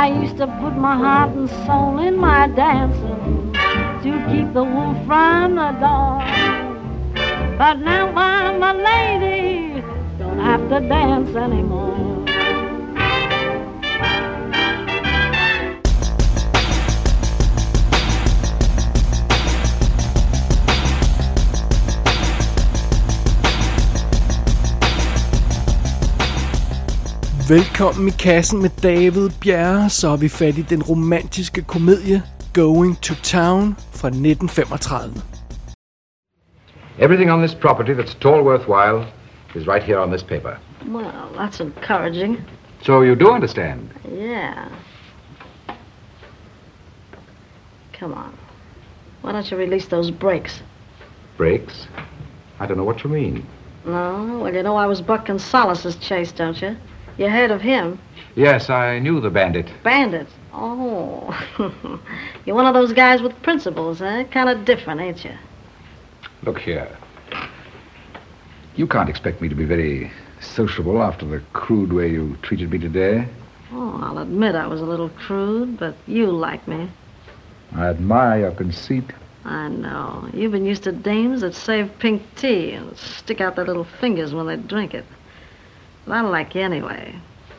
I used to put my heart and soul in my dancing to keep the wolf from the door. But now I'm a lady, don't have to dance anymore. Velkommen i kassen med David Bjerre, så er vi fat i den romantiske komedie Going to Town fra 1935. Everything on this property that's at all worthwhile is right here on this paper. Well, that's encouraging. So you do understand? Yeah. Come on. Why don't you release those brakes? Brakes? I don't know what you mean. No? Well, you know I was Buck Gonzalez's chase, don't you? You heard of him? Yes, I knew the bandit. Bandit? Oh. You're one of those guys with principles, eh? Kind of different, ain't you? Look here. You can't expect me to be very sociable after the crude way you treated me today. Oh, I'll admit I was a little crude, but you like me. I admire your conceit. I know. You've been used to dames that save pink tea and stick out their little fingers when they drink it. But I like you anyway.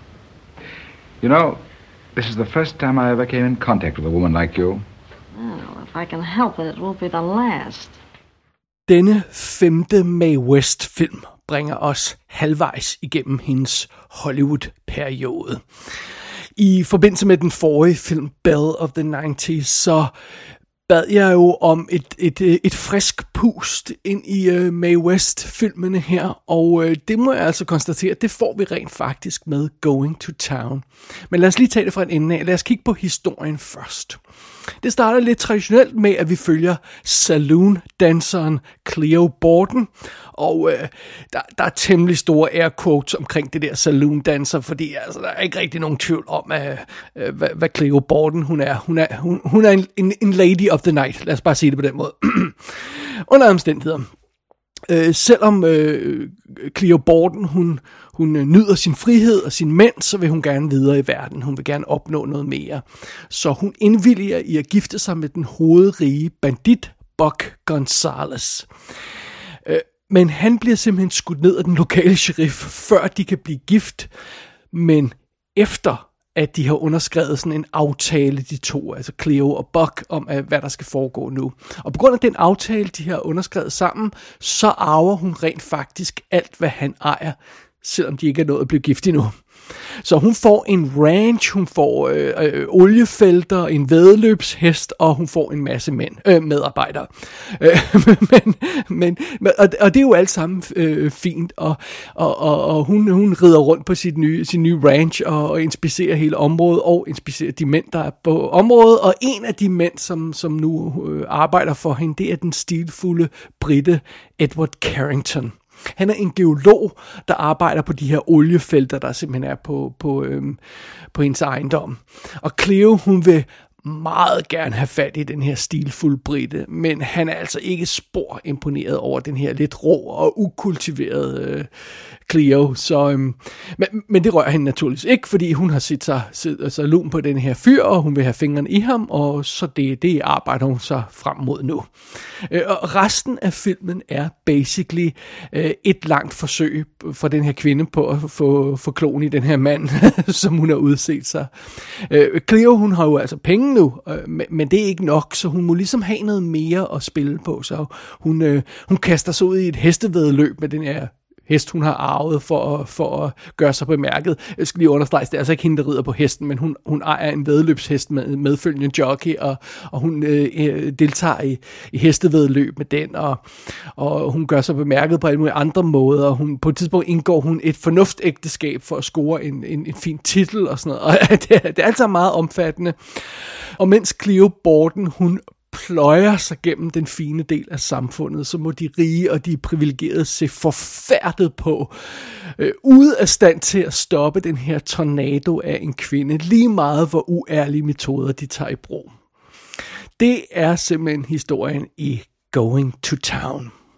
You know, this is the first time I ever came in contact with a woman like you. Well, if I can help it, it won't be the last. Denne femte Mae West-film bringer os halvvejs igennem hendes Hollywood-periode. I forbindelse med den forrige film, Belle of the 90s, så bad jeg jo om et frisk pust ind i Mae West-filmene her, og det må jeg altså konstatere, det får vi rent faktisk med Going to Town. Men lad os lige tage det fra en ende af. Lad os kigge på historien først. Det starter lidt traditionelt med, at vi følger saloon-danseren Cleo Borden, og der er temmelig store air quotes omkring det der saloon-danser, fordi altså, der er ikke rigtig nogen tvivl om, hvad Cleo Borden hun er. Hun er en lady of the night, lad os bare sige det på den måde. Under omstændigheder. Selvom Cleo Borden, hun nyder sin frihed og sin mænd, så vil hun gerne videre i verden. Hun vil gerne opnå noget mere. Så hun indvilliger i at gifte sig med den hovedrige bandit Buck Gonzalez. Men han bliver simpelthen skudt ned af den lokale sheriff, før de kan blive gift. Men efter at de har underskrevet sådan en aftale, de to, altså Cleo og Buck, om hvad der skal foregå nu. Og på grund af den aftale, de har underskrevet sammen, så arver hun rent faktisk alt, hvad han ejer, selvom de ikke er nået at blive gift endnu. Så hun får en ranch, hun får oliefelter, en væddeløbshest, og hun får en masse medarbejdere. Og det er jo alt sammen fint, og hun rider rundt på sin nye ranch og inspicerer hele området, og inspicerer de mænd, der er på området. Og en af de mænd, som nu arbejder for hende, det er den stilfulde brite Edward Carrington. Han er en geolog, der arbejder på de her oliefelter, der simpelthen er på hendes ejendom. Og Cleo, hun vil meget gerne have fat i den her stilfulde brite, men han er altså ikke spor imponeret over den her lidt rå og ukultiverede Cleo. Men det rører hende naturligvis ikke, fordi hun har set sig lun på den her fyr, og hun vil have fingrene i ham, og så det arbejder hun så frem mod nu. Og resten af filmen er basically et langt forsøg for den her kvinde på at få kloen i den her mand, som hun har udset sig. Cleo, hun har jo altså penge nu, men det er ikke nok, så hun må ligesom have noget mere at spille på, så hun kaster sig ud i et hestevæddeløb med den her hest, hun har arvet for at gøre sig bemærket. Jeg skal lige understrege, det er altså ikke hende, der rider på hesten, men hun ejer en væddeløbshest med medfølgende jockey, og hun deltager i hestevæddeløb med den, og hun gør sig bemærket på alle mulige andre måder, og på et tidspunkt indgår hun et fornuftægteskab for at score en fin titel og sådan noget, og det er altså meget omfattende. Og mens Cleo Borden, hun pløjer sig gennem den fine del af samfundet, så må de rige og de privilegerede se forfærdet på, ude af stand til at stoppe den her tornado af en kvinde, lige meget hvor uærlige metoder de tager i brug. Det er simpelthen historien i Going to Town.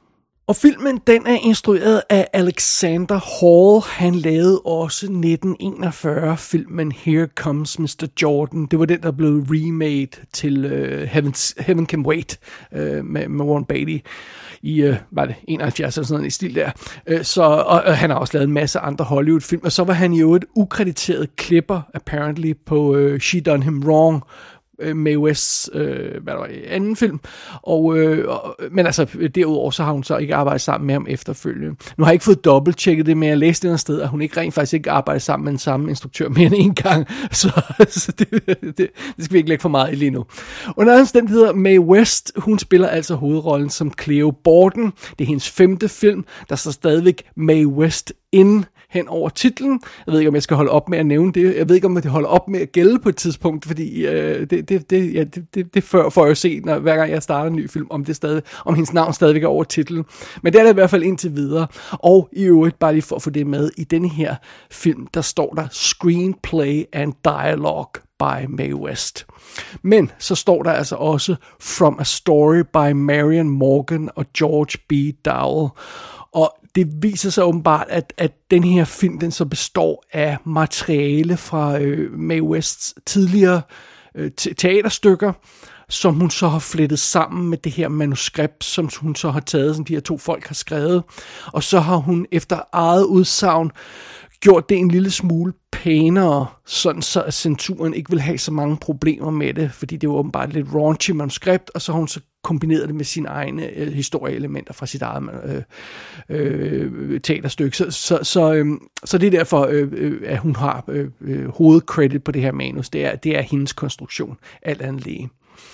Og filmen, den er instrueret af Alexander Hall. Han lavede også 1941 filmen Here Comes Mr. Jordan. Det var den, der blev remade til Heaven Can Wait med Warren Beatty i, var det 71 eller sådan noget i stil der. Og han har også lavet en masse andre Hollywood-film. Og så var han jo et ukrediteret klipper, apparently, på She Done Him Wrong, Mae Wests anden film, men altså derudover så har hun så ikke arbejdet sammen med ham efterfølgende. Nu har jeg ikke fået dobbelttjekket det, men jeg læste et andet sted, at hun ikke rent faktisk ikke arbejder sammen med den samme instruktør mere end en gang, så det skal vi ikke lægge for meget i lige nu. Under omstændigheder, Mae West, hun spiller altså hovedrollen som Cleo Borden. Det er hendes 5. film, der står stadigvæk Mae West in hen over titlen. Jeg ved ikke, om jeg skal holde op med at nævne det. Jeg ved ikke, om det holder op med at gælde på et tidspunkt, fordi det får jeg se, hver gang jeg starter en ny film, om hendes navn stadigvæk er over titlen. Men det er det i hvert fald indtil videre. Og i øvrigt, bare lige for at få det med, i denne her film, der står der Screenplay and Dialogue by Mae West. Men så står der altså også From a Story by Marion Morgan og George B. Dowell. Og det viser sig åbenbart, at den her film, den så består af materiale fra Mae Wests tidligere teaterstykker, som hun så har flettet sammen med det her manuskript, som hun så har taget, som de her 2 folk har skrevet. Og så har hun efter eget udsagn gjort det en lille smule pænere, sådan så censuren ikke vil have så mange problemer med det, fordi det var åbenbart et lidt raunchy manuskript, og så har hun så kombineret det med sine egne historieelementer fra sit eget teaterstykke. Så det er derfor, at hun har hovedcredit på det her manus. Det er hendes konstruktion, alt andet lige.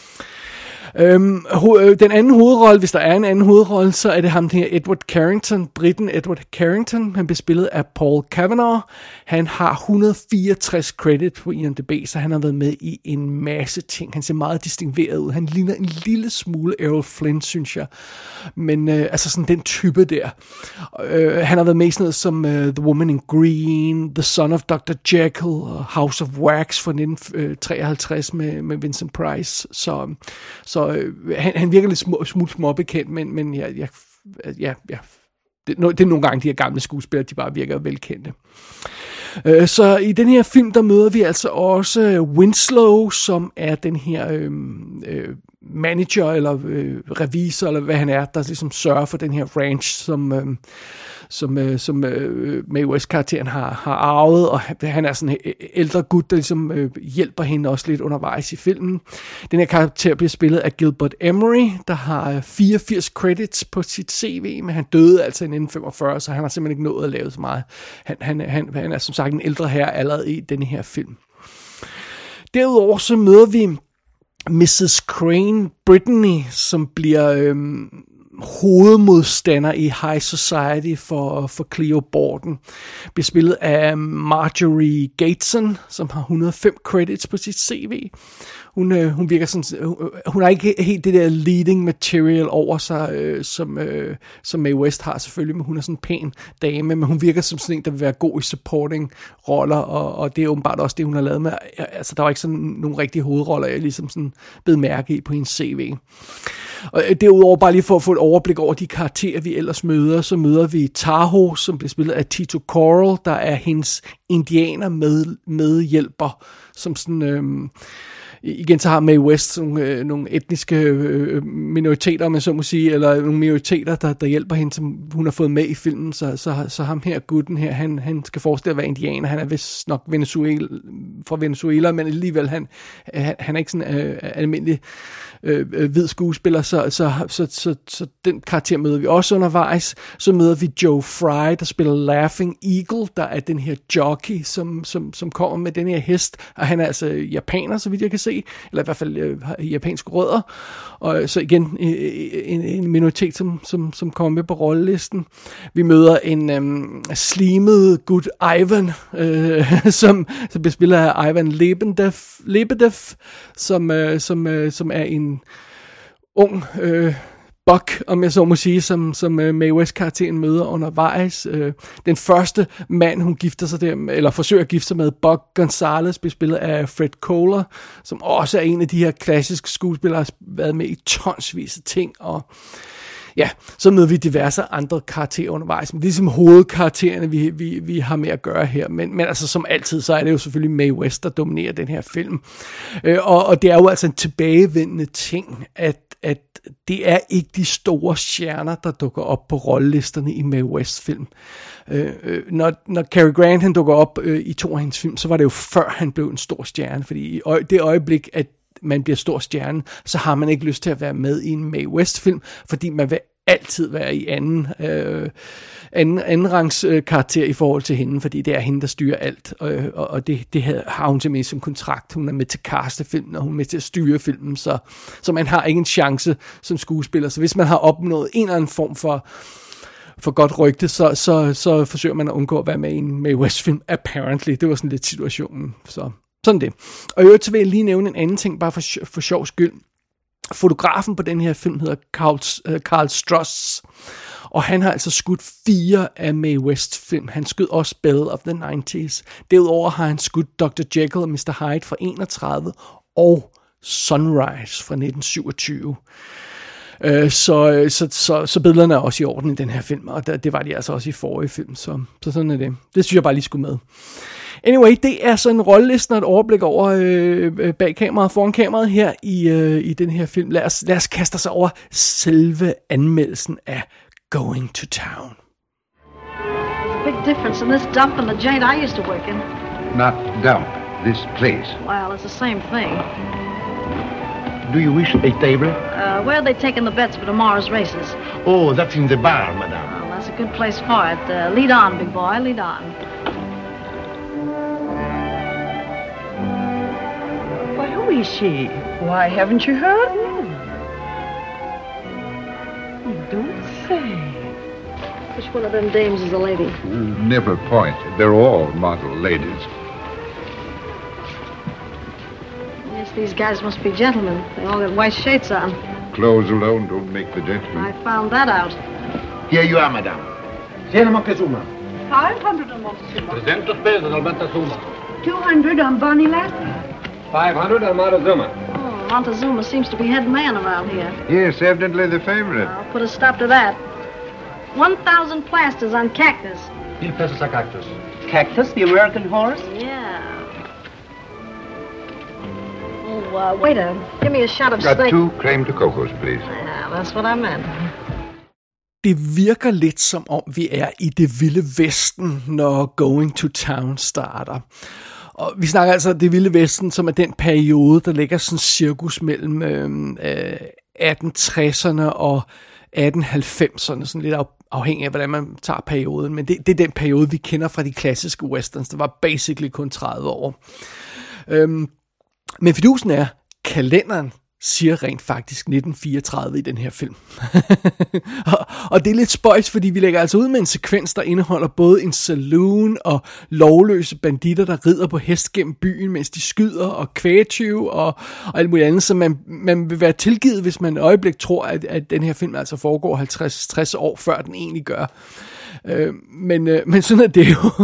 Den anden hovedrolle, hvis der er en anden hovedrolle, så er det ham her Edward Carrington, briten Edward Carrington. Han bliver spillet af Paul Kavanagh. Han har 164 credits på IMDb, så han har været med i en masse ting. Han ser meget distingueret ud. Han ligner en lille smule Errol Flynn, synes jeg. Men altså sådan den type der. Han har været med i sådan noget som The Woman in Green, The Son of Dr. Jekyll, House of Wax fra 1953 med Vincent Price. Så han virker lidt småbekendt, men det er nogle gange de her gamle skuespillere, de bare virker velkendte. Så i den her film, der møder vi altså også Winslow, som er den her manager eller revisor, eller hvad han er, der ligesom sørger for den her ranch, som Mae West-karakteren har arvet, og han er sådan en ældre gut, der ligesom hjælper hende også lidt undervejs i filmen. Den her karakter bliver spillet af Gilbert Emery, der har 84 credits på sit CV, men han døde altså i 1945, så han har simpelthen ikke nået at lave så meget. Han er som sagt en ældre herre allerede i denne her film. Derudover så møder vi Mrs. Crane Brittany, som bliver hovedmodstander i High Society for Cleo Borden. Bliver spillet af Marjorie Gateson, som har 105 credits på sit CV. Hun virker sådan, hun har ikke helt det der leading material over sig, som Mae West har selvfølgelig, men hun er sådan en pæn dame, men hun virker som sådan en, der vil være god i supporting roller, og det er åbenbart også det, hun har lavet med. Altså, der var ikke sådan nogle rigtige hovedroller, jeg ligesom sådan bed mærke i på hendes CV. Og derudover, bare lige for at få et overblik over de karakterer, vi ellers møder, så møder vi Tahoe, som bliver spillet af Tito Coral, der er hendes indianer medhjælper, som sådan... Igen så har Mae West nogle etniske minoriteter, man så må sige, eller nogle minoriteter, der hjælper hende, som hun har fået med i filmen. Så ham her, gutten her, han skal forestille at være indianer. Han er vist nok fra Venezuela, men alligevel han er ikke sådan almindelig hvid skuespiller, så den karakter møder vi også undervejs. Så møder vi Joe Fry, der spiller Laughing Eagle, der er den her jockey, som kommer med den her hest, og han er altså japaner, så vidt jeg kan se, eller i hvert fald japanske rødder, og så igen en minoritet, som kommer med på rollelisten. Vi møder en slimet gut Ivan, som bliver spillet af Ivan Lebedev, som er en ung Buck, om jeg så må sige, som Mae West-karakteren møder undervejs. Den første mand, hun gifter sig der, eller forsøger at gifte sig med, Buck Gonzalez, bliver spillet af Fred Kohler, som også er en af de her klassiske skuespillere, der har været med i tonsvis af ting, og Ja, så møder vi diverse andre karakterer undervejs, men det er ligesom hovedkaraktererne, vi har med at gøre her. Men altså som altid, så er det jo selvfølgelig Mae West, der dominerer den her film. Og det er jo altså en tilbagevendende ting, at det er ikke de stjerner, der dukker op på rollelisterne i Mae West film. Når Cary Grant han dukker op i to af hendes film, så var det jo før han blev en stor stjerne, fordi i det øjeblik, at man bliver stor stjerne, så har man ikke lyst til at være med i en Mae West film, fordi man vil altid være i anden rangs karakter i forhold til hende, fordi det er hende, der styrer alt, og det har hun simpelthen som kontrakt. Hun er med til at caste filmen, og hun er med til at styre filmen, så man har ikke en chance som skuespiller. Så hvis man har opnået en eller anden form for godt rygte, så forsøger man at undgå at være med i en Mae West film, apparently. Det var sådan lidt situationen, så sådan det. Og i øvrigt så vil jeg lige nævne en anden ting, bare for sjov skyld. Fotografen på den her film hedder Carl Stross, og han har altså skudt 4 af Mae West film. Han skød også Belle of the 90s. Derudover har han skudt Dr. Jekyll og Mr. Hyde fra 31 og Sunrise fra 1927. Så billederne er også i orden i den her film, og det var de altså også i forrige film, så sådan er det. Det synes jeg bare lige skulle med. Anyway, det er sådan en rolleliste og et overblik over bag kameraet, foran kameraet her i den her film. Lad os kaste os over selve anmeldelsen af Going to Town. Big difference in this dump and the joint I used to work in. Not dump, this place. Well, it's the same thing. Do you wish a table? Where are they taking the bets for tomorrow's races? Oh, that's in the bar, madame. Well, that's a good place for it. Lead on, big boy, lead on. Why, who is she? Why, haven't you heard? You don't say. Which one of them dames is a lady? Never point. They're all model ladies. Yes, these guys must be gentlemen. They all got white shirts on. Clothes alone don't make the gentleman. I found that out. Here you are, madame. Siena Montezuma. 500 on Montezuma. 300 pesos on Montezuma. 200 on Bonnie Latin. 500 on Montezuma. Oh, Montezuma seems to be head man around here. Yes, evidently the favorite. I'll put a stop to that. 1,000 plasters on Cactus. 1000 pesos a Cactus. Cactus, the American horse? Yeah. Oh, waiter, give me a shot of Got steak. 2 creme de cocos, please. Yeah, that's what I meant. Det virker lidt som om vi er i det vilde vesten, når Going to Town starter. Og vi snakker altså det vilde vesten, som er den periode, der ligger sådan cirkus mellem 1860'erne og 1890'erne, sådan lidt afhængig af, hvordan man tager perioden. Men det er den periode, vi kender fra de klassiske westerns. Der var basically kun 30 år. Men fidusen er, kalenderen siger rent faktisk 1934 i den her film. og det er lidt spøjs, fordi vi lægger altså ud med en sekvens, der indeholder både en saloon og lovløse banditter, der rider på hest gennem byen, mens de skyder og kvægtyve og alt muligt andet, så man vil være tilgivet, hvis man et øjeblik tror, at den her film altså foregår 50-60 år før den egentlig gør. Men sådan er det jo.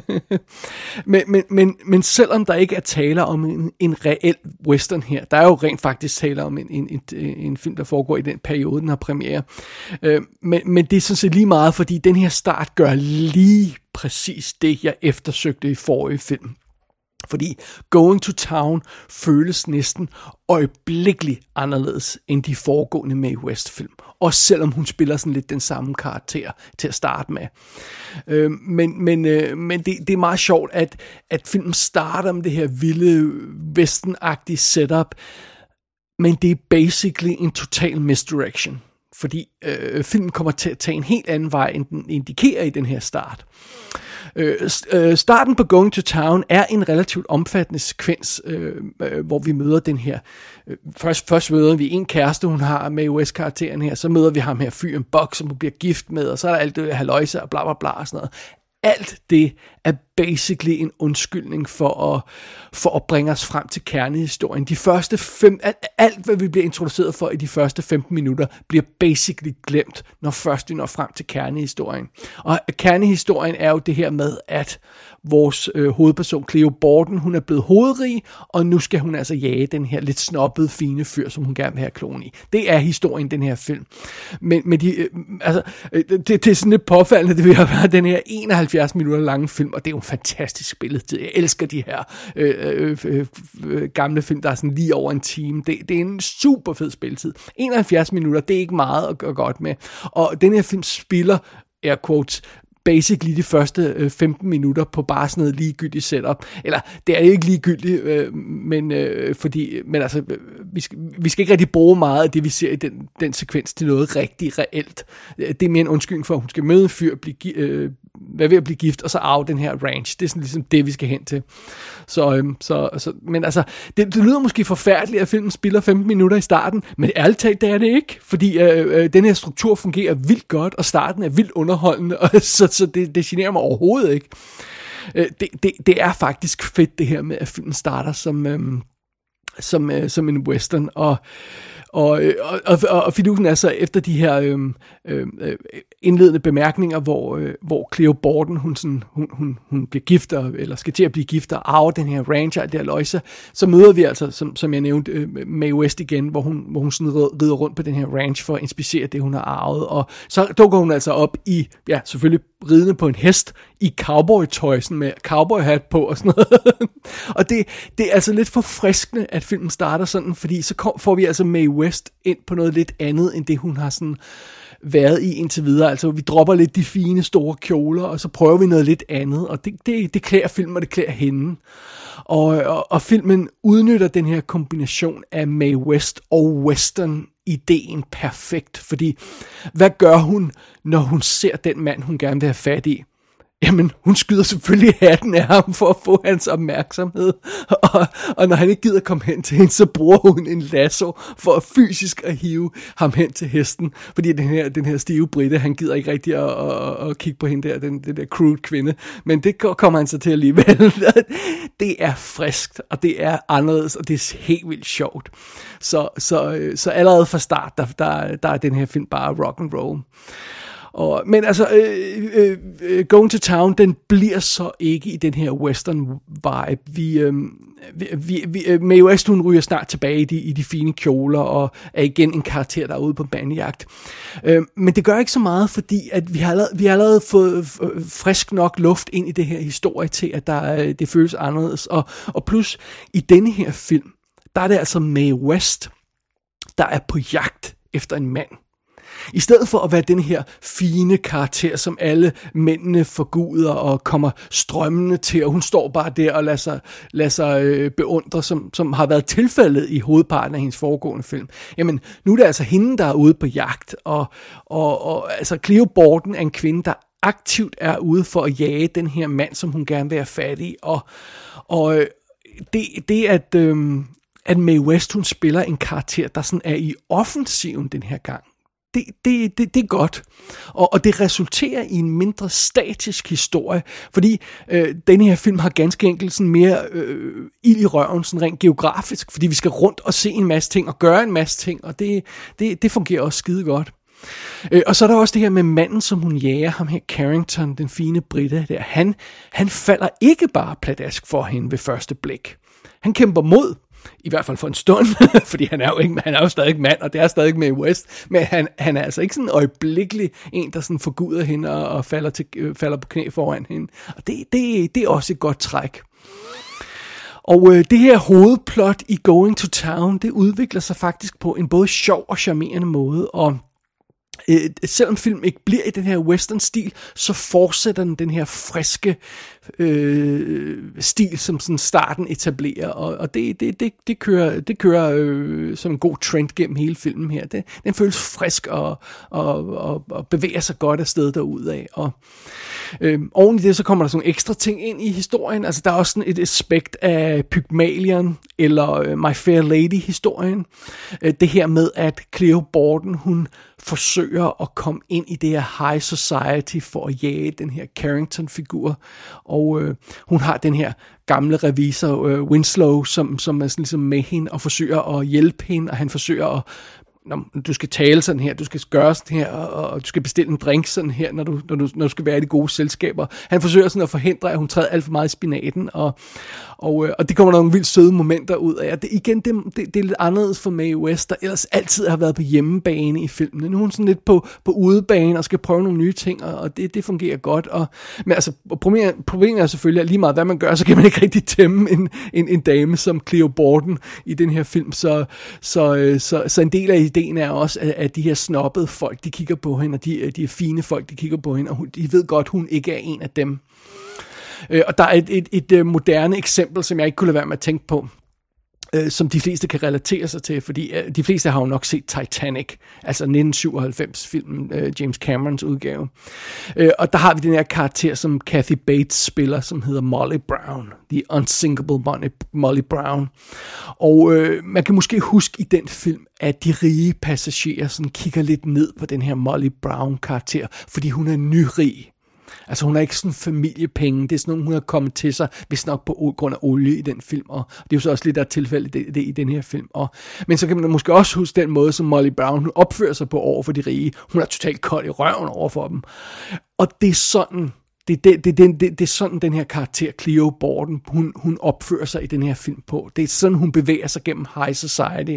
men selvom der ikke er tale om en reel western her, der er jo rent faktisk tale om en film, der foregår i den periode, den har premiere. Men det er sådan set lige meget, fordi den her start gør lige præcis det, jeg eftersøgte i forrige film. Fordi Going to Town føles næsten øjeblikkeligt anderledes end de foregående Mae West film. Også selvom hun spiller sådan lidt den samme karakter til at starte med. Men det er meget sjovt, at filmen starter med det her vilde western-agtige setup. Men det er basically en total misdirection. Fordi filmen kommer til at tage en helt anden vej, end den indikerer i den her start. Starten på Going to Town er en relativt omfattende sekvens, hvor vi møder den her. Først møder vi en kæreste, hun har med US-karakteren her, så møder vi ham her fyren Buck, som hun bliver gift med, og så er der alt det her halløjse og bla bla bla og sådan noget. alt det er basically en undskyldning for at bringe os frem til kernehistorien. De første alt hvad vi bliver introduceret for i de første 15 minutter, bliver basically glemt, når først vi når frem til kernehistorien. Og kernehistorien er jo det her med, at vores hovedperson, Cleo Borden, hun er blevet hovedrig, og nu skal hun altså jage den her lidt snobbede, fine fyr, som hun gerne vil have klon i. Det er historien, den her film. Men det er sådan lidt påfaldende, det vil være den her 71 minutter lange film, og det er jo en fantastisk spilletid. Jeg elsker de her gamle film, der er sådan lige over en time. Det er en super fed spilletid. 71 minutter, det er ikke meget at gøre godt med. Og den her film spiller, air quotes, basically de første 15 minutter på bare sådan noget ligegyldigt setup. Eller, det er ikke ligegyldigt, men altså, vi skal ikke rigtig bruge meget af det, vi ser i den sekvens til noget rigtig reelt. Det er mere en undskyldning for, at hun skal møde en fyr, være ved at blive gift, og så arve den her ranch. Det er sådan ligesom det, vi skal hen til. Men altså, det lyder måske forfærdeligt, at filmen spiller 15 minutter i starten, men ærligt talt, det er det ikke, fordi den her struktur fungerer vildt godt, og starten er vildt underholdende, og så det generer mig overhovedet ikke. Det er faktisk fedt, det her med, at filmen starter som en western, og fidusen er så efter de her indledende bemærkninger, hvor Cleo Borden, hun bliver gift, eller skal til at blive gift og arve den her ranch og der løjse, så møder vi altså, som jeg nævnte, Mae West igen, hvor hun sådan rider rundt på den her ranch for at inspicere det, hun har arvet, og så dukker hun altså op i, ja, selvfølgelig ridende på en hest, i cowboy-tøj, sådan med cowboy-hat på og sådan noget. Og det er altså lidt forfriskende, at filmen starter sådan, fordi så får vi altså Mae West ind på noget lidt andet, end det hun har sådan været i indtil videre. Altså vi dropper lidt de fine store kjoler, og så prøver vi noget lidt andet, og det klæder filmen, og det klæder hende. Og filmen udnytter den her kombination af Mae West og western ideen perfekt, fordi hvad gør hun, når hun ser den mand, hun gerne vil have fat i? Jamen, hun skyder selvfølgelig hatten af ham for at få hans opmærksomhed, og når han ikke gider komme hen til hende, så bruger hun en lasso for at fysisk at hive ham hen til hesten, fordi den her stive britte, han gider ikke rigtig at kigge på hende der, den der crude kvinde, men det kommer han så til alligevel. Det er friskt, og det er anderledes, og det er helt vildt sjovt. Så allerede fra start, der er den her film bare rock and roll. Men altså, Going to Town, den bliver så ikke i den her western vibe. Mae West, hun ryger snart tilbage i de fine kjoler, og er igen en karakter, der er ude på bandejagt. Men det gør ikke så meget, fordi at vi har allerede fået frisk nok luft ind i det her historie til, at det føles anderledes. Og plus, i denne her film, der er det altså Mae West, der er på jagt efter en mand. I stedet for at være den her fine karakter, som alle mændene forguder og kommer strømmende til, og hun står bare der og lader sig beundre, som har været tilfældet i hovedparten af hendes foregående film. Jamen, nu er det altså hende, der er ude på jagt, og altså Cleo Borden er en kvinde, der aktivt er ude for at jage den her mand, som hun gerne vil have fat i, og det at Mae West, hun spiller en karakter, der sådan er i offensiven den her gang. Det er godt, og det resulterer i en mindre statisk historie, fordi denne her film har ganske enkelt sådan mere ild i røven, sådan rent geografisk, fordi vi skal rundt og se en masse ting og gøre en masse ting, og det fungerer også skide godt. Og så er der også det her med manden, som hun jager, ham her Carrington, den fine britte der, han falder ikke bare pladask for hende ved første blik. Han kæmper mod, i hvert fald for en stund, fordi han er jo stadig mand, og det er stadig Mae West, men han er altså ikke sådan øjeblikkelig en, der sådan forguder hende og falder på knæ foran hende. Og det er også et godt træk. Og det her hovedplot i Going to Town, det udvikler sig faktisk på en både sjov og charmerende måde, og selvom film ikke bliver i den her western-stil, så fortsætter den her friske stil, som sådan starten etablerer, og det kører som en god trend gennem hele filmen her. Den føles frisk og bevæger sig godt afsted derudad, og oven i det, så kommer der sådan nogle ekstra ting ind i historien. Altså, der er også sådan et aspekt af Pygmalion eller My Fair Lady-historien. Det her med, at Cleo Borden, hun forsøger at komme ind i det her high society for at jage den her Carrington-figur. Og hun har den her gamle revisor, Winslow, som er sådan ligesom med hende og forsøger at hjælpe hende, og han forsøger at du skal tale sådan her, du skal gøre sådan her, og du skal bestille en drink sådan her, når du skal være i de gode selskaber. Han forsøger sådan at forhindre, at hun træder alt for meget i spinaten, og det kommer der nogle vildt søde momenter ud af. Det er lidt anderledes for Mae West, der ellers altid har været på hjemmebane i filmene. Nu er hun sådan lidt på udebane og skal prøve nogle nye ting, og det fungerer godt. Men altså, problemet er selvfølgelig, at lige meget hvad man gør, så kan man ikke rigtig tæmme en dame som Cleo Borden i den her film. Så en del af ideen er også, at de her snobbede folk, de kigger på hende, og de fine folk, de kigger på hende, og de ved godt, hun ikke er en af dem. Og der er et moderne eksempel, som jeg ikke kunne lade være med at tænke på, som de fleste kan relatere sig til, fordi de fleste har jo nok set Titanic, altså 1997-filmen, James Camerons udgave. Og der har vi den her karakter, som Kathy Bates spiller, som hedder Molly Brown, The Unsinkable Molly Brown. Og man kan måske huske i den film, at de rige passagerer sådan kigger lidt ned på den her Molly Brown-karakter, fordi hun er nyrig. Altså hun har ikke sådan familiepenge, det er sådan noget, hun har kommet til sig, hvis nok på grund af olie i den film, og det er jo så også lidt der tilfælde det i den her film. Men så kan man måske også huske den måde, som Molly Brown hun opfører sig på over for de rige. Hun er totalt kold i røven over for dem. Og det er sådan, det er sådan den her karakter, Cleo Borden, hun opfører sig i den her film på. Det er sådan, hun bevæger sig gennem high society.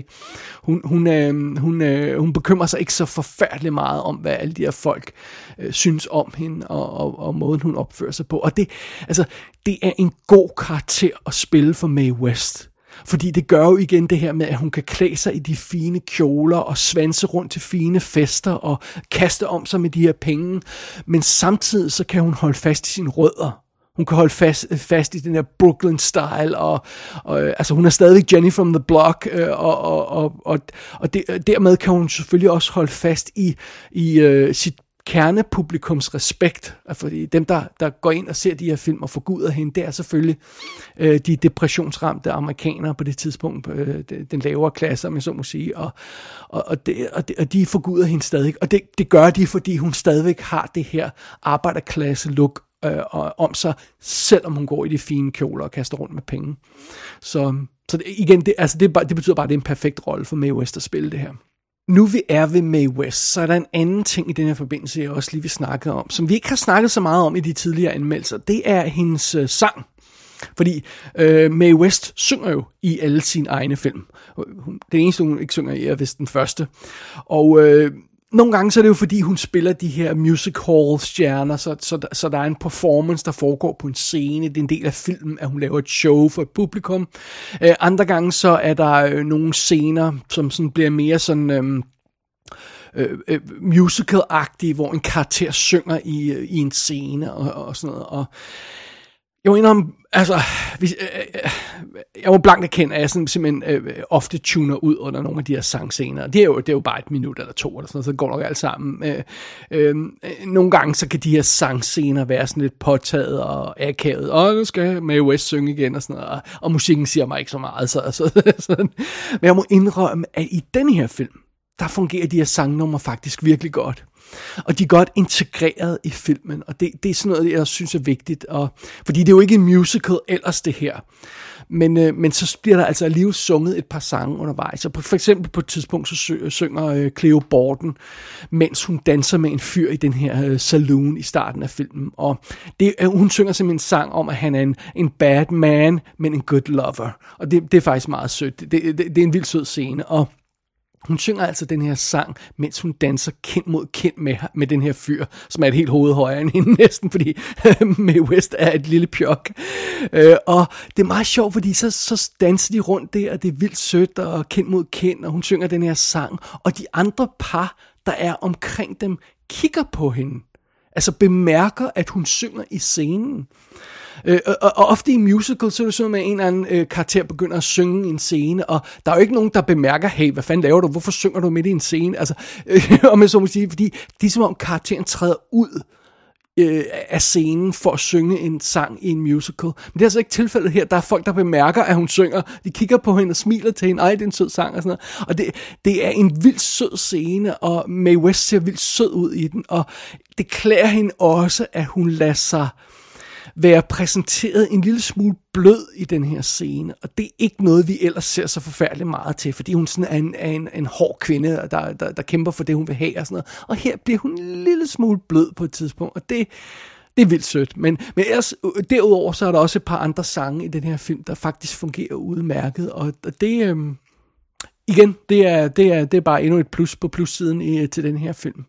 Hun bekymrer sig ikke så forfærdeligt meget om, hvad alle de her folk synes om hende, og måden hun opfører sig på. Og det er en god karakter at spille for Mae West. Fordi det gør jo igen det her med, at hun kan klæde sig i de fine kjoler og svanse rundt til fine fester og kaste om sig med de her penge. Men samtidig så kan hun holde fast i sine rødder. Hun kan holde fast i den her Brooklyn-style, og altså hun er stadig Jenny from the Block, og dermed kan hun selvfølgelig også holde fast i sit kernepublikums respekt, fordi dem, der går ind og ser de her film og forguder hende, det er selvfølgelig de depressionsramte amerikanere på det tidspunkt, den lavere klasse, om jeg så må sige, og de forguder hende stadig, og det gør de, fordi hun stadigvæk har det her arbejderklasse look om sig, selvom hun går i de fine kjoler og kaster rundt med penge. Så igen, det betyder bare, at det er en perfekt rolle for Mae West at spille det her. Nu vi er ved Mae West, så er der en anden ting i den her forbindelse, jeg også lige vil snakke om, som vi ikke har snakket så meget om i de tidligere anmeldelser. Det er hendes sang. Fordi Mae West synger jo i alle sine egne film. Den eneste, hun ikke synger i, er vist den første. Og nogle gange så er det jo fordi, hun spiller de her music hall stjerner, så der er en performance, der foregår på en scene. Det er en del af filmen, at hun laver et show for et publikum. Andre gange så er der nogle scener, som sådan bliver mere sådan musical-agtige, hvor en karakter synger i en scene og sådan noget. Og jeg må indrømme, altså, jeg må blankt erkende, at jeg simpelthen ofte tuner ud under nogle af de her sangscener. Det er jo bare 1 minut eller 2, eller sådan noget, så går nok alt sammen. Nogle gange, så kan de her sangscener være sådan lidt påtaget og akavet. Nu skal Mae West synge igen, og sådan noget. Og musikken siger mig ikke så meget. Sådan. Men jeg må indrømme, at i den her film, der fungerer de her sangnumre faktisk virkelig godt. Og de er godt integreret i filmen, og det er sådan noget, jeg synes er vigtigt. Fordi det er jo ikke en musical ellers det her. Men så bliver der altså alligevel sunget et par sange undervejs. Så for eksempel på et tidspunkt, så synger Cleo Borden, mens hun danser med en fyr i den her saloon i starten af filmen. Og hun synger simpelthen en sang om, at han er en bad man, men en good lover. Og det er faktisk meget sødt. Det er en vildt sød scene, og hun synger altså den her sang, mens hun danser kind mod kind med den her fyr, som er et helt hoved højere end hende næsten, fordi Mae West er et lille pjok. Og det er meget sjovt, fordi så danser de rundt der, og det er vildt sødt og kind mod kind, og hun synger den her sang, og de andre par, der er omkring dem, kigger på hende. Altså bemærker, at hun synger i scenen. Og ofte i musical, så er det sådan, at en eller anden karakter begynder at synge i en scene, og der er jo ikke nogen, der bemærker, hey, hvad fanden laver du? Hvorfor synger du midt i en scene? Altså, om jeg så må sige, fordi det er som om karakteren træder ud af scenen for at synge en sang i en musical. Men det er altså ikke tilfældet her. Der er folk, der bemærker, at hun synger. De kigger på hende og smiler til hende. Ej, det er en sød sang og sådan noget. Og det er en vildt sød scene, og Mae West ser vildt sød ud i den. Og det klæder hende også, at hun lader sig være præsenteret en lille smule blød i den her scene, og det er ikke noget, vi ellers ser så forfærdeligt meget til, fordi hun sådan er en hård kvinde, der kæmper for det, hun vil have og sådan noget, og her bliver hun en lille smule blød på et tidspunkt, og det er vildt sødt, men ellers, derudover så er der også et par andre sange i den her film, der faktisk fungerer udmærket, og det, igen, det er bare endnu et plus på plussiden til den her film.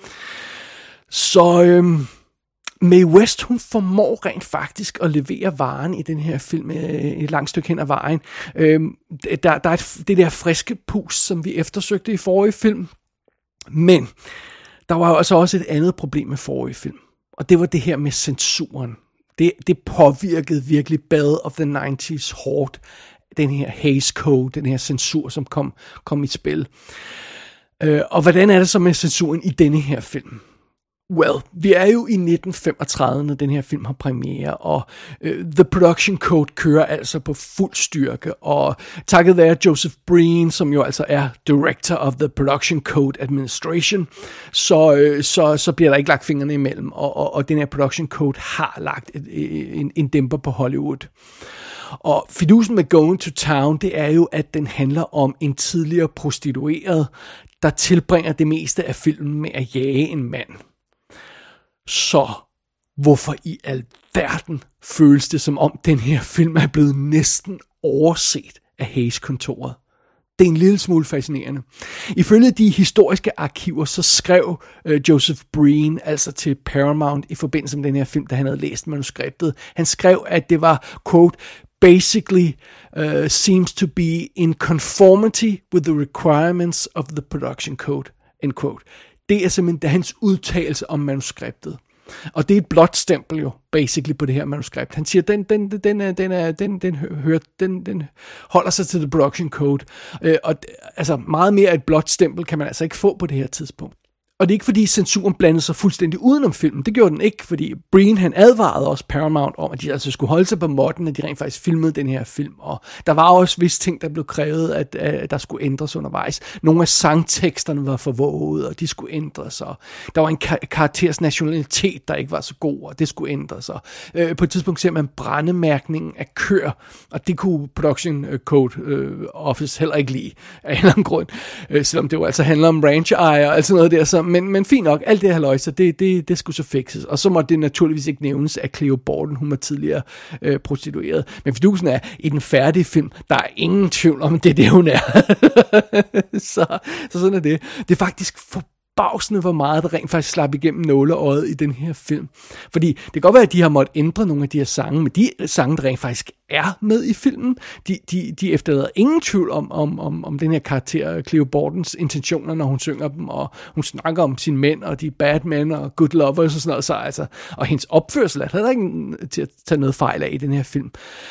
Så Mae West, hun formår rent faktisk at levere varen i den her film et langt stykke hen ad vejen. Der er det der friske pus, som vi eftersøgte i forrige film. Men der var jo altså også et andet problem med forrige film. Og det var det her med censuren. Det påvirkede virkelig Belle of the 90s hårdt. Den her Hays Code, den her censur, som kom i spil. Og hvordan er det så med censuren i denne her film? Well, vi er jo i 1935, når den her film har premiere, og The Production Code kører altså på fuld styrke, og takket være Joseph Breen, som jo altså er Director of the Production Code Administration, så bliver der ikke lagt fingrene imellem, og den her Production Code har lagt en dæmper på Hollywood. Og fidusen med Going to Town, det er jo, at den handler om en tidligere prostitueret, der tilbringer det meste af filmen med at jage en mand. Så hvorfor i alverden føles det som om den her film er blevet næsten overset af Hays-kontoret? Det er en lille smule fascinerende. Ifølge de historiske arkiver, så skrev Joseph Breen altså til Paramount i forbindelse med den her film, da han havde læst manuskriptet. Han skrev, at det var, quote, basically seems to be in conformity with the requirements of the production code, end quote. Det er simpelthen hans udtalelse om manuskriptet. Og det er et blåt stempel jo, basically, på det her manuskript. Han siger, den holder sig til the production code. Og altså meget mere et blåt stempel kan man altså ikke få på det her tidspunkt. Og det er ikke fordi censuren blandede sig fuldstændig udenom filmen. Det gjorde den ikke, fordi Breen han advarede også Paramount om, at de altså skulle holde sig på måtten, at de rent faktisk filmede den her film. Og der var også visse ting, der blev krævet, at der skulle ændres undervejs. Nogle af sangteksterne var forvåget, og de skulle ændres. Og der var en karakters nationalitet, der ikke var så god, og det skulle ændres. Og på et tidspunkt ser man brændemærkningen af køer, og det kunne Production Code Office heller ikke lide af en eller anden grund. Selvom det jo altså handler om ranch-ejer og alt sådan noget der, så men fint nok, alt det her løjse, det skulle så fikses. Og så må det naturligvis ikke nævnes, at Cleo Borden, hun var tidligere prostitueret. Men fidusen er, i den færdige film, der er ingen tvivl om, det er det, hun er. så sådan er det. Det er faktisk forbavsende, hvor meget der rent faktisk slap igennem nåleøjet i den her film. Fordi det kan godt være, at de har måttet ændre nogle af de her sange, men de sange, der rent faktisk er med i filmen, de efterlader ingen tvivl om den her karakter, Cleo Bordens intentioner, når hun synger dem, og hun snakker om sine mænd, og de bad men, og good lovers og sådan noget, så altså, og hendes opførsel er der ikke til at tage noget fejl af i den her film.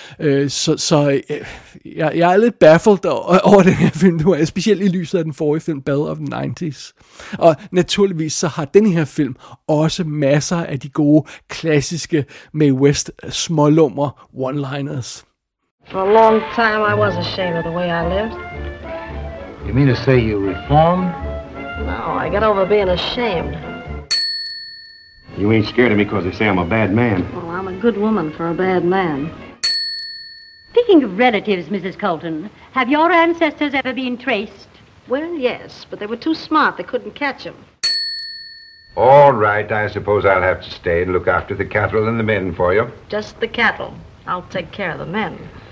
Jeg er lidt baffled over den her film, nu er specielt i lyset af den forrige film, Belle of the 90s. Og naturligvis så har den her film også masser af de gode, klassiske Mae West smålummer one-liners. For a long time I was ashamed of the way I lived. You mean to say you reformed? No, I got over being ashamed. You ain't scared of me because they say I'm a bad man. Well, I'm a good woman for a bad man. Speaking of relatives, Mrs. Colton, have your ancestors ever been traced? Well, yes, but they were too smart. They couldn't catch him. All right, I suppose I'll have to stay and look after the cattle and the men for you. Just the cattle. I'll take care of the men.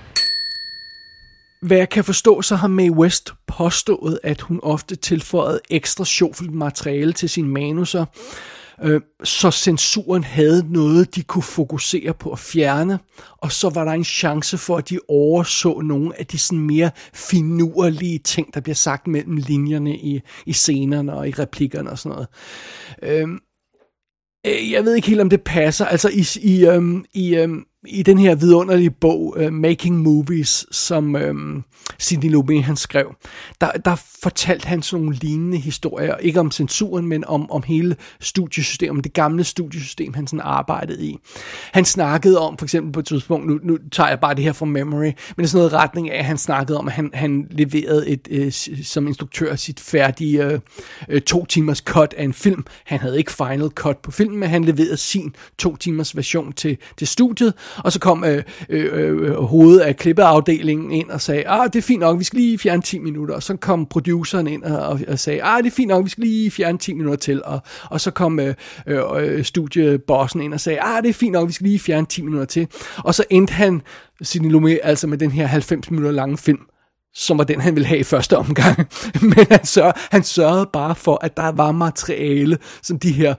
Hvad jeg kan forstå, så har Mae West påstået, at hun ofte tilføjede ekstra sjovt materiale til sine manuser, så censuren havde noget, de kunne fokusere på at fjerne, og så var der en chance for, at de overså nogle af de sådan mere finurlige ting, der bliver sagt mellem linjerne i scenerne og i replikkerne og sådan noget. Jeg ved ikke helt, om det passer. Altså i den her vidunderlige bog, Making Movies, som Sidney Lumet han skrev, der fortalte han sådan nogle lignende historier, ikke om censuren, men om hele studiesystemet, det gamle studiesystem, han sådan arbejdede i. Han snakkede om, for eksempel på et tidspunkt, nu tager jeg bare det her fra memory, men det er sådan noget retning af, at han snakkede om, at han leverede som instruktør sit færdige 2 timers cut af en film. Han havde ikke final cut på filmen, men han leverede sin 2 timers version til studiet, og så kom hovedet af klippeafdelingen ind og sagde, det er fint nok, vi skal lige fjerne 10 minutter, og så kom produceren ind og sagde, det er fint nok, vi skal lige fjerne 10 minutter til, og så kom studiebossen ind og sagde, det er fint nok, vi skal lige fjerne 10 minutter til, og så endte han, Sidney Lumet, altså med den her 90 minutter lange film, som var den, han ville have i første omgang. Men han sørgede bare for, at der var materiale, som de her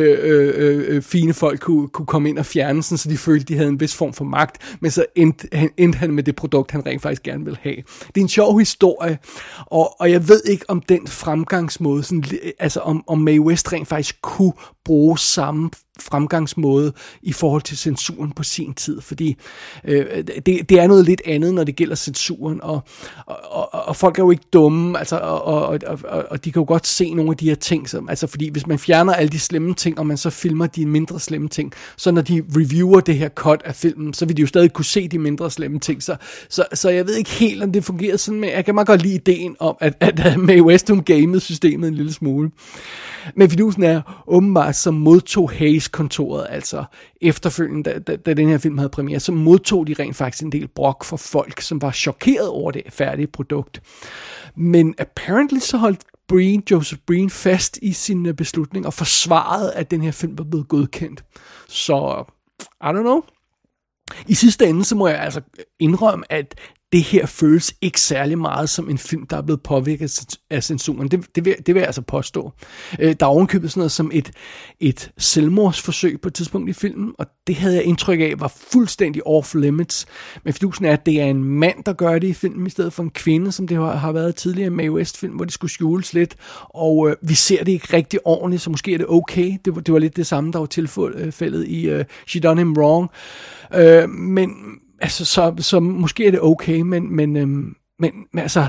fine folk kunne komme ind og fjerne, sådan, så de følte, de havde en vis form for magt, men så endte han med det produkt, han rent faktisk gerne ville have. Det er en sjov historie, og jeg ved ikke, om den fremgangsmåde, sådan, altså om Mae West rent faktisk kunne bruge samme fremgangsmåde i forhold til censuren på sin tid, fordi det er noget lidt andet, når det gælder censuren, og folk er jo ikke dumme, altså, og de kan jo godt se nogle af de her ting, som, altså, fordi hvis man fjerner alle de slemme ting, og man så filmer de mindre slemme ting, så når de reviewer det her cut af filmen, så vil de jo stadig kunne se de mindre slemme ting, så jeg ved ikke helt, om det fungerer sådan, men jeg kan meget godt lide ideen om, at Mae West gamede systemet en lille smule. Men fidusen er åbenbart, så modtog Hays-kontoret, altså efterfølgende, da den her film havde premiere, så modtog de rent faktisk en del brok for folk, som var chokeret over det færdige produkt. Men apparently så holdt Joseph Breen fast i sin beslutning og forsvarede, at den her film var blevet godkendt. Så, I don't know. I sidste ende, så må jeg altså indrømme, at det her føles ikke særlig meget som en film, der er blevet påvirket af censuren. Det vil jeg altså påstå. Der er ovenkøbet sådan noget som et selvmordsforsøg på et tidspunkt i filmen, og det havde jeg indtryk af var fuldstændig off limits. Men fidusen er, at det er en mand, der gør det i filmen, i stedet for en kvinde, som det har været tidligere i Mae West-film, hvor det skulle skjules lidt, og vi ser det ikke rigtig ordentligt, så måske er det okay. Det var lidt det samme, der var tilfældet i She Done Him Wrong. Men altså, så måske er det okay, men altså,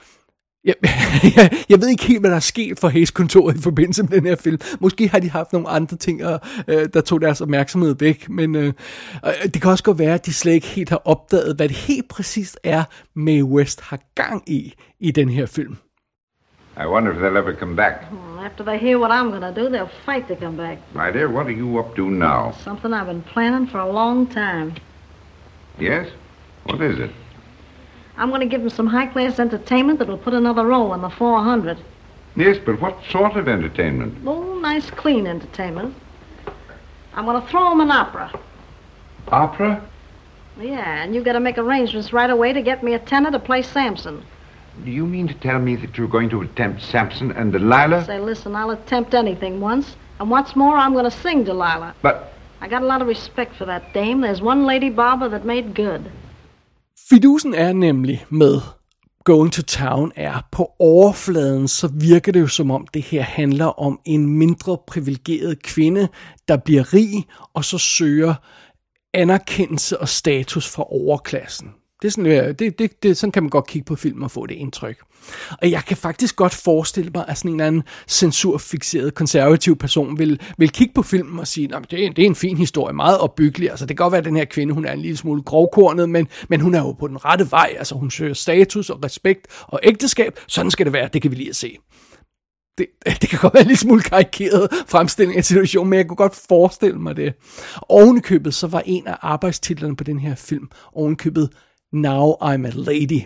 jeg ved ikke helt, hvad der er sket for Hays-kontoret i forbindelse med den her film. Måske har de haft nogle andre ting, der tog deres opmærksomhed væk, men det kan også godt være, at de slet ikke helt har opdaget, hvad det helt præcist er, Mae West har gang i den her film. I wonder if they'll ever come back. After they hear what I'm going to do, they'll fight to come back. My dear, what are you up to now? Something I've been planning for a long time. Yes? What is it? I'm going to give them some high-class entertainment that'll put another row in the 400. Yes, but what sort of entertainment? Oh, nice, clean entertainment. I'm going to throw them an opera. Opera? Yeah, and you got to make arrangements right away to get me a tenor to play Samson. Do you mean to tell me that you're going to attempt Samson and Delilah? Say, listen, I'll attempt anything once. And what's more, I'm going to sing Delilah. But I got a lot of respect for that dame. There's one lady barber that made good. Fidusen er nemlig med Going to Town er på overfladen, så virker det jo som om det her handler om en mindre privilegeret kvinde, der bliver rig og så søger anerkendelse og status fra overklassen. Det er sådan, sådan kan man godt kigge på film og få det indtryk. Og jeg kan faktisk godt forestille mig, at sådan en eller anden censurfixeret konservativ person vil kigge på filmen og sige, at det er en fin historie, meget opbyggelig. Altså det kan godt være, at den her kvinde, hun er en lille smule grovkornet, men hun er jo på den rette vej. Altså hun søger status og respekt og ægteskab. Sådan skal det være, det kan vi lige at se. Det kan godt være en lille smule karikeret fremstilling af situationen, men jeg kunne godt forestille mig det. Ovenikøbet, så var en af arbejdstitlerne på den her film, ovenikøbet Now I'm a Lady.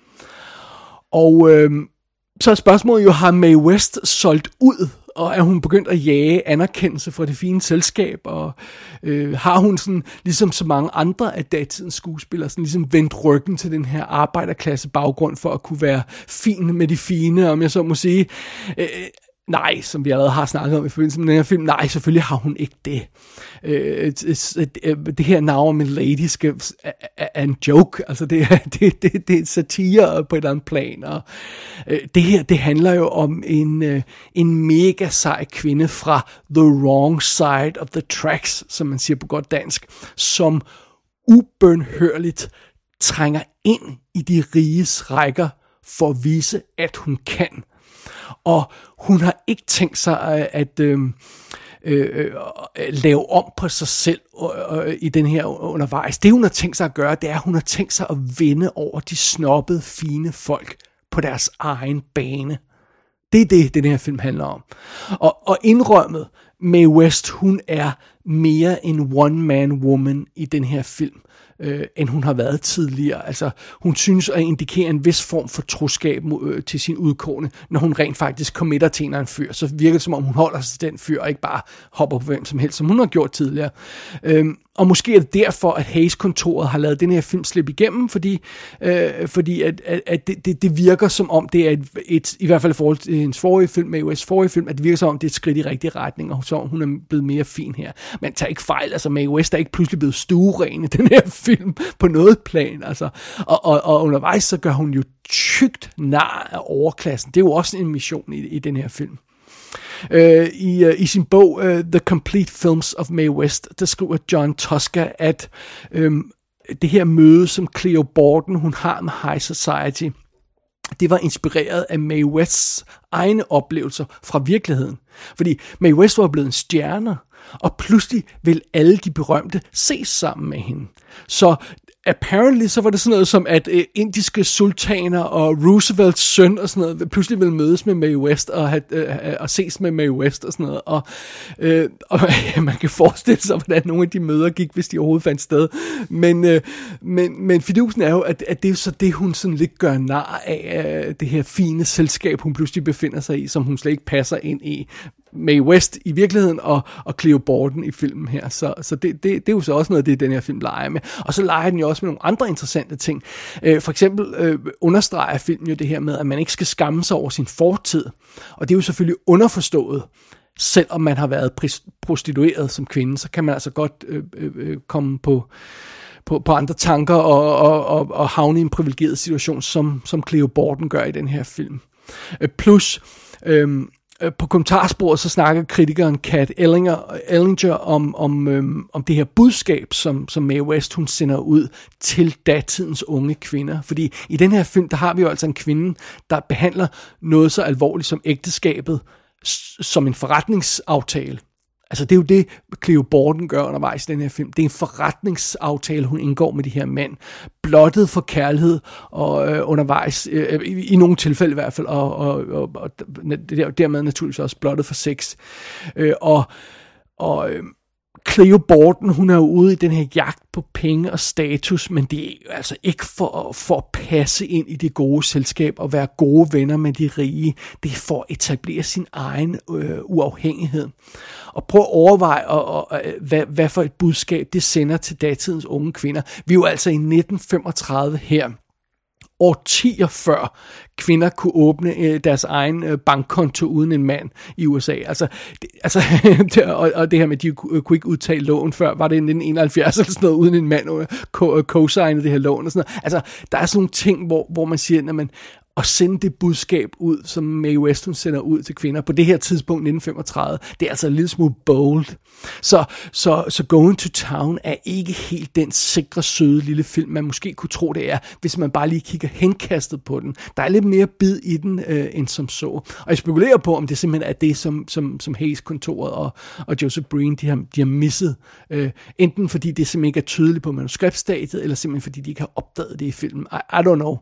Og så er spørgsmålet jo, har Mae West solgt ud, og er hun begyndt at jage anerkendelse fra det fine selskab, og har hun sådan, ligesom så mange andre af datidens skuespillere, sådan ligesom vendt ryggen til den her arbejderklasse baggrund for at kunne være fin med de fine, om jeg så må sige. Nej, som vi allerede har snakket om i forbindelse med den her film, nej, selvfølgelig har hun ikke det. Det her Now I'm a Lady er en joke, altså det er satire på et eller andet plan, og det her, det handler jo om en mega sej kvinde fra the wrong side of the tracks, som man siger på godt dansk, som ubønhørligt trænger ind i de riges rækker for at vise, at hun kan. Og hun har ikke tænkt sig at lave om på sig selv i den her undervejs. Det hun har tænkt sig at gøre, det er, at hun har tænkt sig at vinde over de snobbede, fine folk på deres egen bane. Det er det, den her film handler om. Og indrømmet, Mae West, hun er mere en one-man-woman i den her film, end hun har været tidligere. Altså, hun synes at indikere en vis form for troskab til sin udkårne, når hun rent faktisk committer til en fyr. Så virker det, som om hun holder sig til den fyr, og ikke bare hopper på hvem som helst, som hun har gjort tidligere. Og måske er det derfor, at Hayes-kontoret har lavet den her film slippe igennem, fordi at det virker som om, det er et i hvert fald i forhold til hendes forrige film, Mae Wests forrige film, at det virker som om, det er et skridt i rigtig retning, og så hun er blevet mere fin her. Men tag ikke fejl, altså Mae West er ikke pludselig blevet stueren i den her film på noget plan, altså. Og undervejs så gør hun jo tykt nar af overklassen. Det er jo også en mission i den her film. I sin bog The Complete Films of Mae West, der skriver John Tosca, at det her møde, som Cleo Borden hun har med High Society, det var inspireret af Mae Wests egne oplevelser fra virkeligheden. Fordi Mae West var blevet en stjerne, og pludselig ville alle de berømte ses sammen med hende. Så apparently så var det sådan noget som, at indiske sultaner og Roosevelts søn og sådan noget pludselig ville mødes med Mae West og ses med Mae West og sådan noget. Og man kan forestille sig, hvordan nogle af de møder gik, hvis de overhovedet fandt sted. Men fidusen er jo, at det er så det, hun sådan lidt gør nar af, det her fine selskab, hun pludselig befinder sig i, som hun slet ikke passer ind i. Mae West i virkeligheden og Cleo Borden i filmen her. Så det er jo så også noget af det, den her film leger med. Og så leger den jo også med nogle andre interessante ting. For eksempel understreger filmen jo det her med, at man ikke skal skamme sig over sin fortid. Og det er jo selvfølgelig underforstået. Selvom man har været prostitueret som kvinde, så kan man altså godt komme på andre tanker og havne i en privilegeret situation, som Cleo Borden gør i den her film. Plus på kommentarsporet så snakker kritikeren Kat Ellinger om det her budskab, som Mae West hun sender ud til datidens unge kvinder. Fordi i den her film, der har vi jo altså en kvinde, der behandler noget så alvorligt som ægteskabet som en forretningsaftale. Altså det er jo det, Cleo Borden gør undervejs i den her film. Det er en forretningsaftale, hun indgår med de her mænd. Blottet for kærlighed og undervejs, i nogle tilfælde i hvert fald, og dermed naturligvis også blottet for sex. Cleo Borden, hun er jo ude i den her jagt på penge og status, men det er altså ikke for at passe ind i det gode selskab og være gode venner med de rige. Det er for at etablere sin egen uafhængighed. Og prøv at overveje, hvad for et budskab det sender til datidens unge kvinder. Vi er jo altså i 1935 her. Årtier før kvinder kunne åbne deres egen bankkonto uden en mand i USA. Og det her med, at de kunne ikke udtale loven før, var det i 1971 eller sådan noget, uden en mand co-signede det her loven og sådan noget. Altså, der er sådan nogle ting, hvor man siger, at at sende det budskab ud, som Mae West hun sender ud til kvinder på det her tidspunkt 1935, det er altså en lille smule bold. Så Going to Town er ikke helt den sikre, søde lille film, man måske kunne tro det er, hvis man bare lige kigger henkastet på den. Der er lidt mere bid i den, end som så. Og jeg spekulerer på, om det simpelthen er det, som Hayes-kontoret og Joseph Breen, de har misset. Enten fordi det simpelthen ikke er tydeligt på manuskriptstadiet, eller simpelthen fordi de ikke har opdaget det i filmen. I don't know.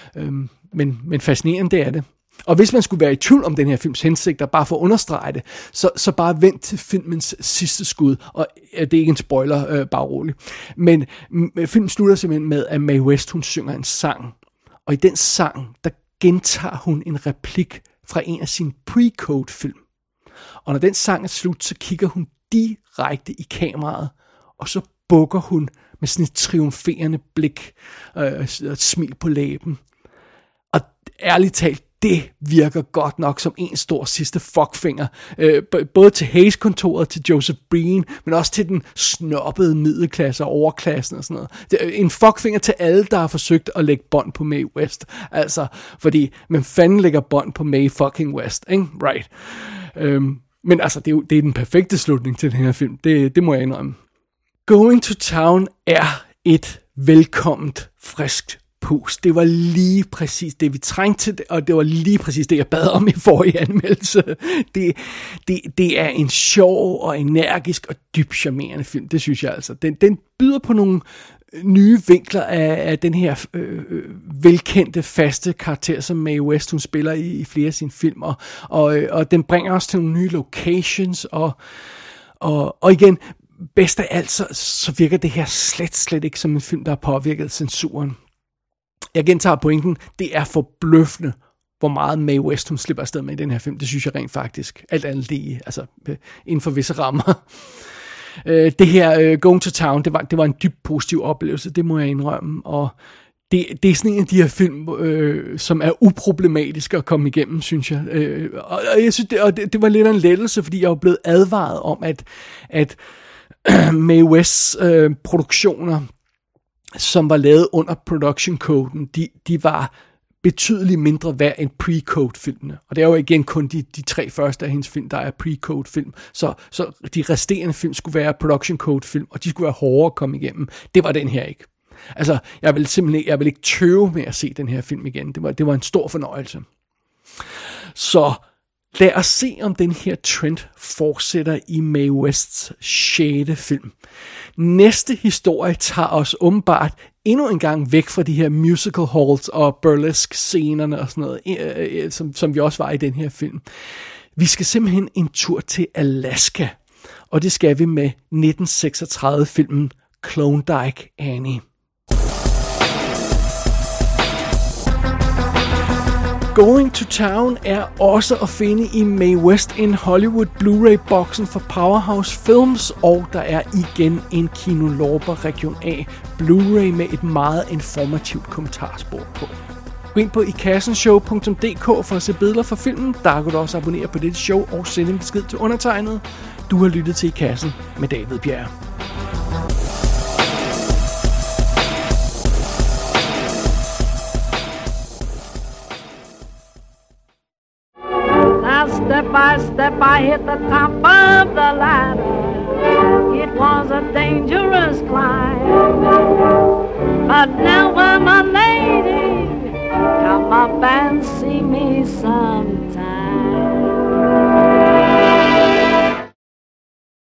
Men fascinerende, det er det. Og hvis man skulle være i tvivl om den her films hensigter, bare for at understrege det, så bare vent til filmens sidste skud. Og det er ikke en spoiler, bare rolig. Men filmen slutter simpelthen med, at Mae West, hun synger en sang. Og i den sang, der gentager hun en replik fra en af sine pre-code-film. Og når den sang er slut, så kigger hun direkte i kameraet, og så bukker hun med sådan et triumferende blik og et smil på læben. Og ærligt talt, det virker godt nok som en stor sidste fuckfinger. Både til Hayes-kontoret, til Joseph Breen, men også til den snobbede middelklasse og overklassen og sådan noget. En fuckfinger til alle, der har forsøgt at lægge bånd på Mae West. Altså, fordi man fanden lægger bånd på Mae fucking West, ikke? Right. Men altså, det er den perfekte slutning til den her film. Det må jeg indrømme. Going to Town er et velkomment, friskt pust. Det var lige præcis det, vi trængte til, og det var lige præcis det, jeg bad om i forrige anmeldelse. Det er en sjov og energisk og dybt charmerende film, det synes jeg altså. Den byder på nogle nye vinkler af den her velkendte, faste karakter, som Mae West, hun spiller i flere af sine film, og den bringer os til nogle nye locations, og igen, bedst af alt, så virker det her slet ikke som en film, der har påvirket censuren. Jeg gentager pointen, det er forbløffende, hvor meget Mae West, hun slipper afsted med i den her film. Det synes jeg rent faktisk. Alt andet lige, altså inden for visse rammer. Det her Going to Town, det var en dybt positiv oplevelse, det må jeg indrømme, og det er sådan en af de her film, som er uproblematiske at komme igennem, synes jeg. Og jeg synes, det var lidt en lettelse, fordi jeg var blevet advaret om, at Mae Wests produktioner, som var lavet under production-koden, de var betydeligt mindre værd end pre-code-filmene. Og det er jo igen kun de 3 første af hendes film, der er pre-code-film. Så de resterende film skulle være production-code-film, og de skulle være hårdere at komme igennem. Det var den her ikke. Altså, jeg vil ikke tøve med at se den her film igen. Det var en stor fornøjelse. Så lad os se, om den her trend fortsætter i Mae Wests 6. film. Næste historie tager os åbenbart endnu en gang væk fra de her musical halls og burlesque scenerne og sådan noget, som vi også var i den her film. Vi skal simpelthen en tur til Alaska, og det skal vi med 1936-filmen Klondike Annie. Going to Town er også at finde i Mae West in Hollywood Blu-ray-boksen for Powerhouse Films, og der er igen en Kino Lorber Region A Blu-ray med et meget informativt kommentarspor på. Gå ind på ikassenshow.dk for at se billeder fra filmen. Der kan du også abonnere på dette show og sende en besked til undertegnet. Du har lyttet til I Kassen med David Bjerre. Step by step I hit the top of the ladder. It was a dangerous climb, but now I'm a lady. Come up and see me sometime.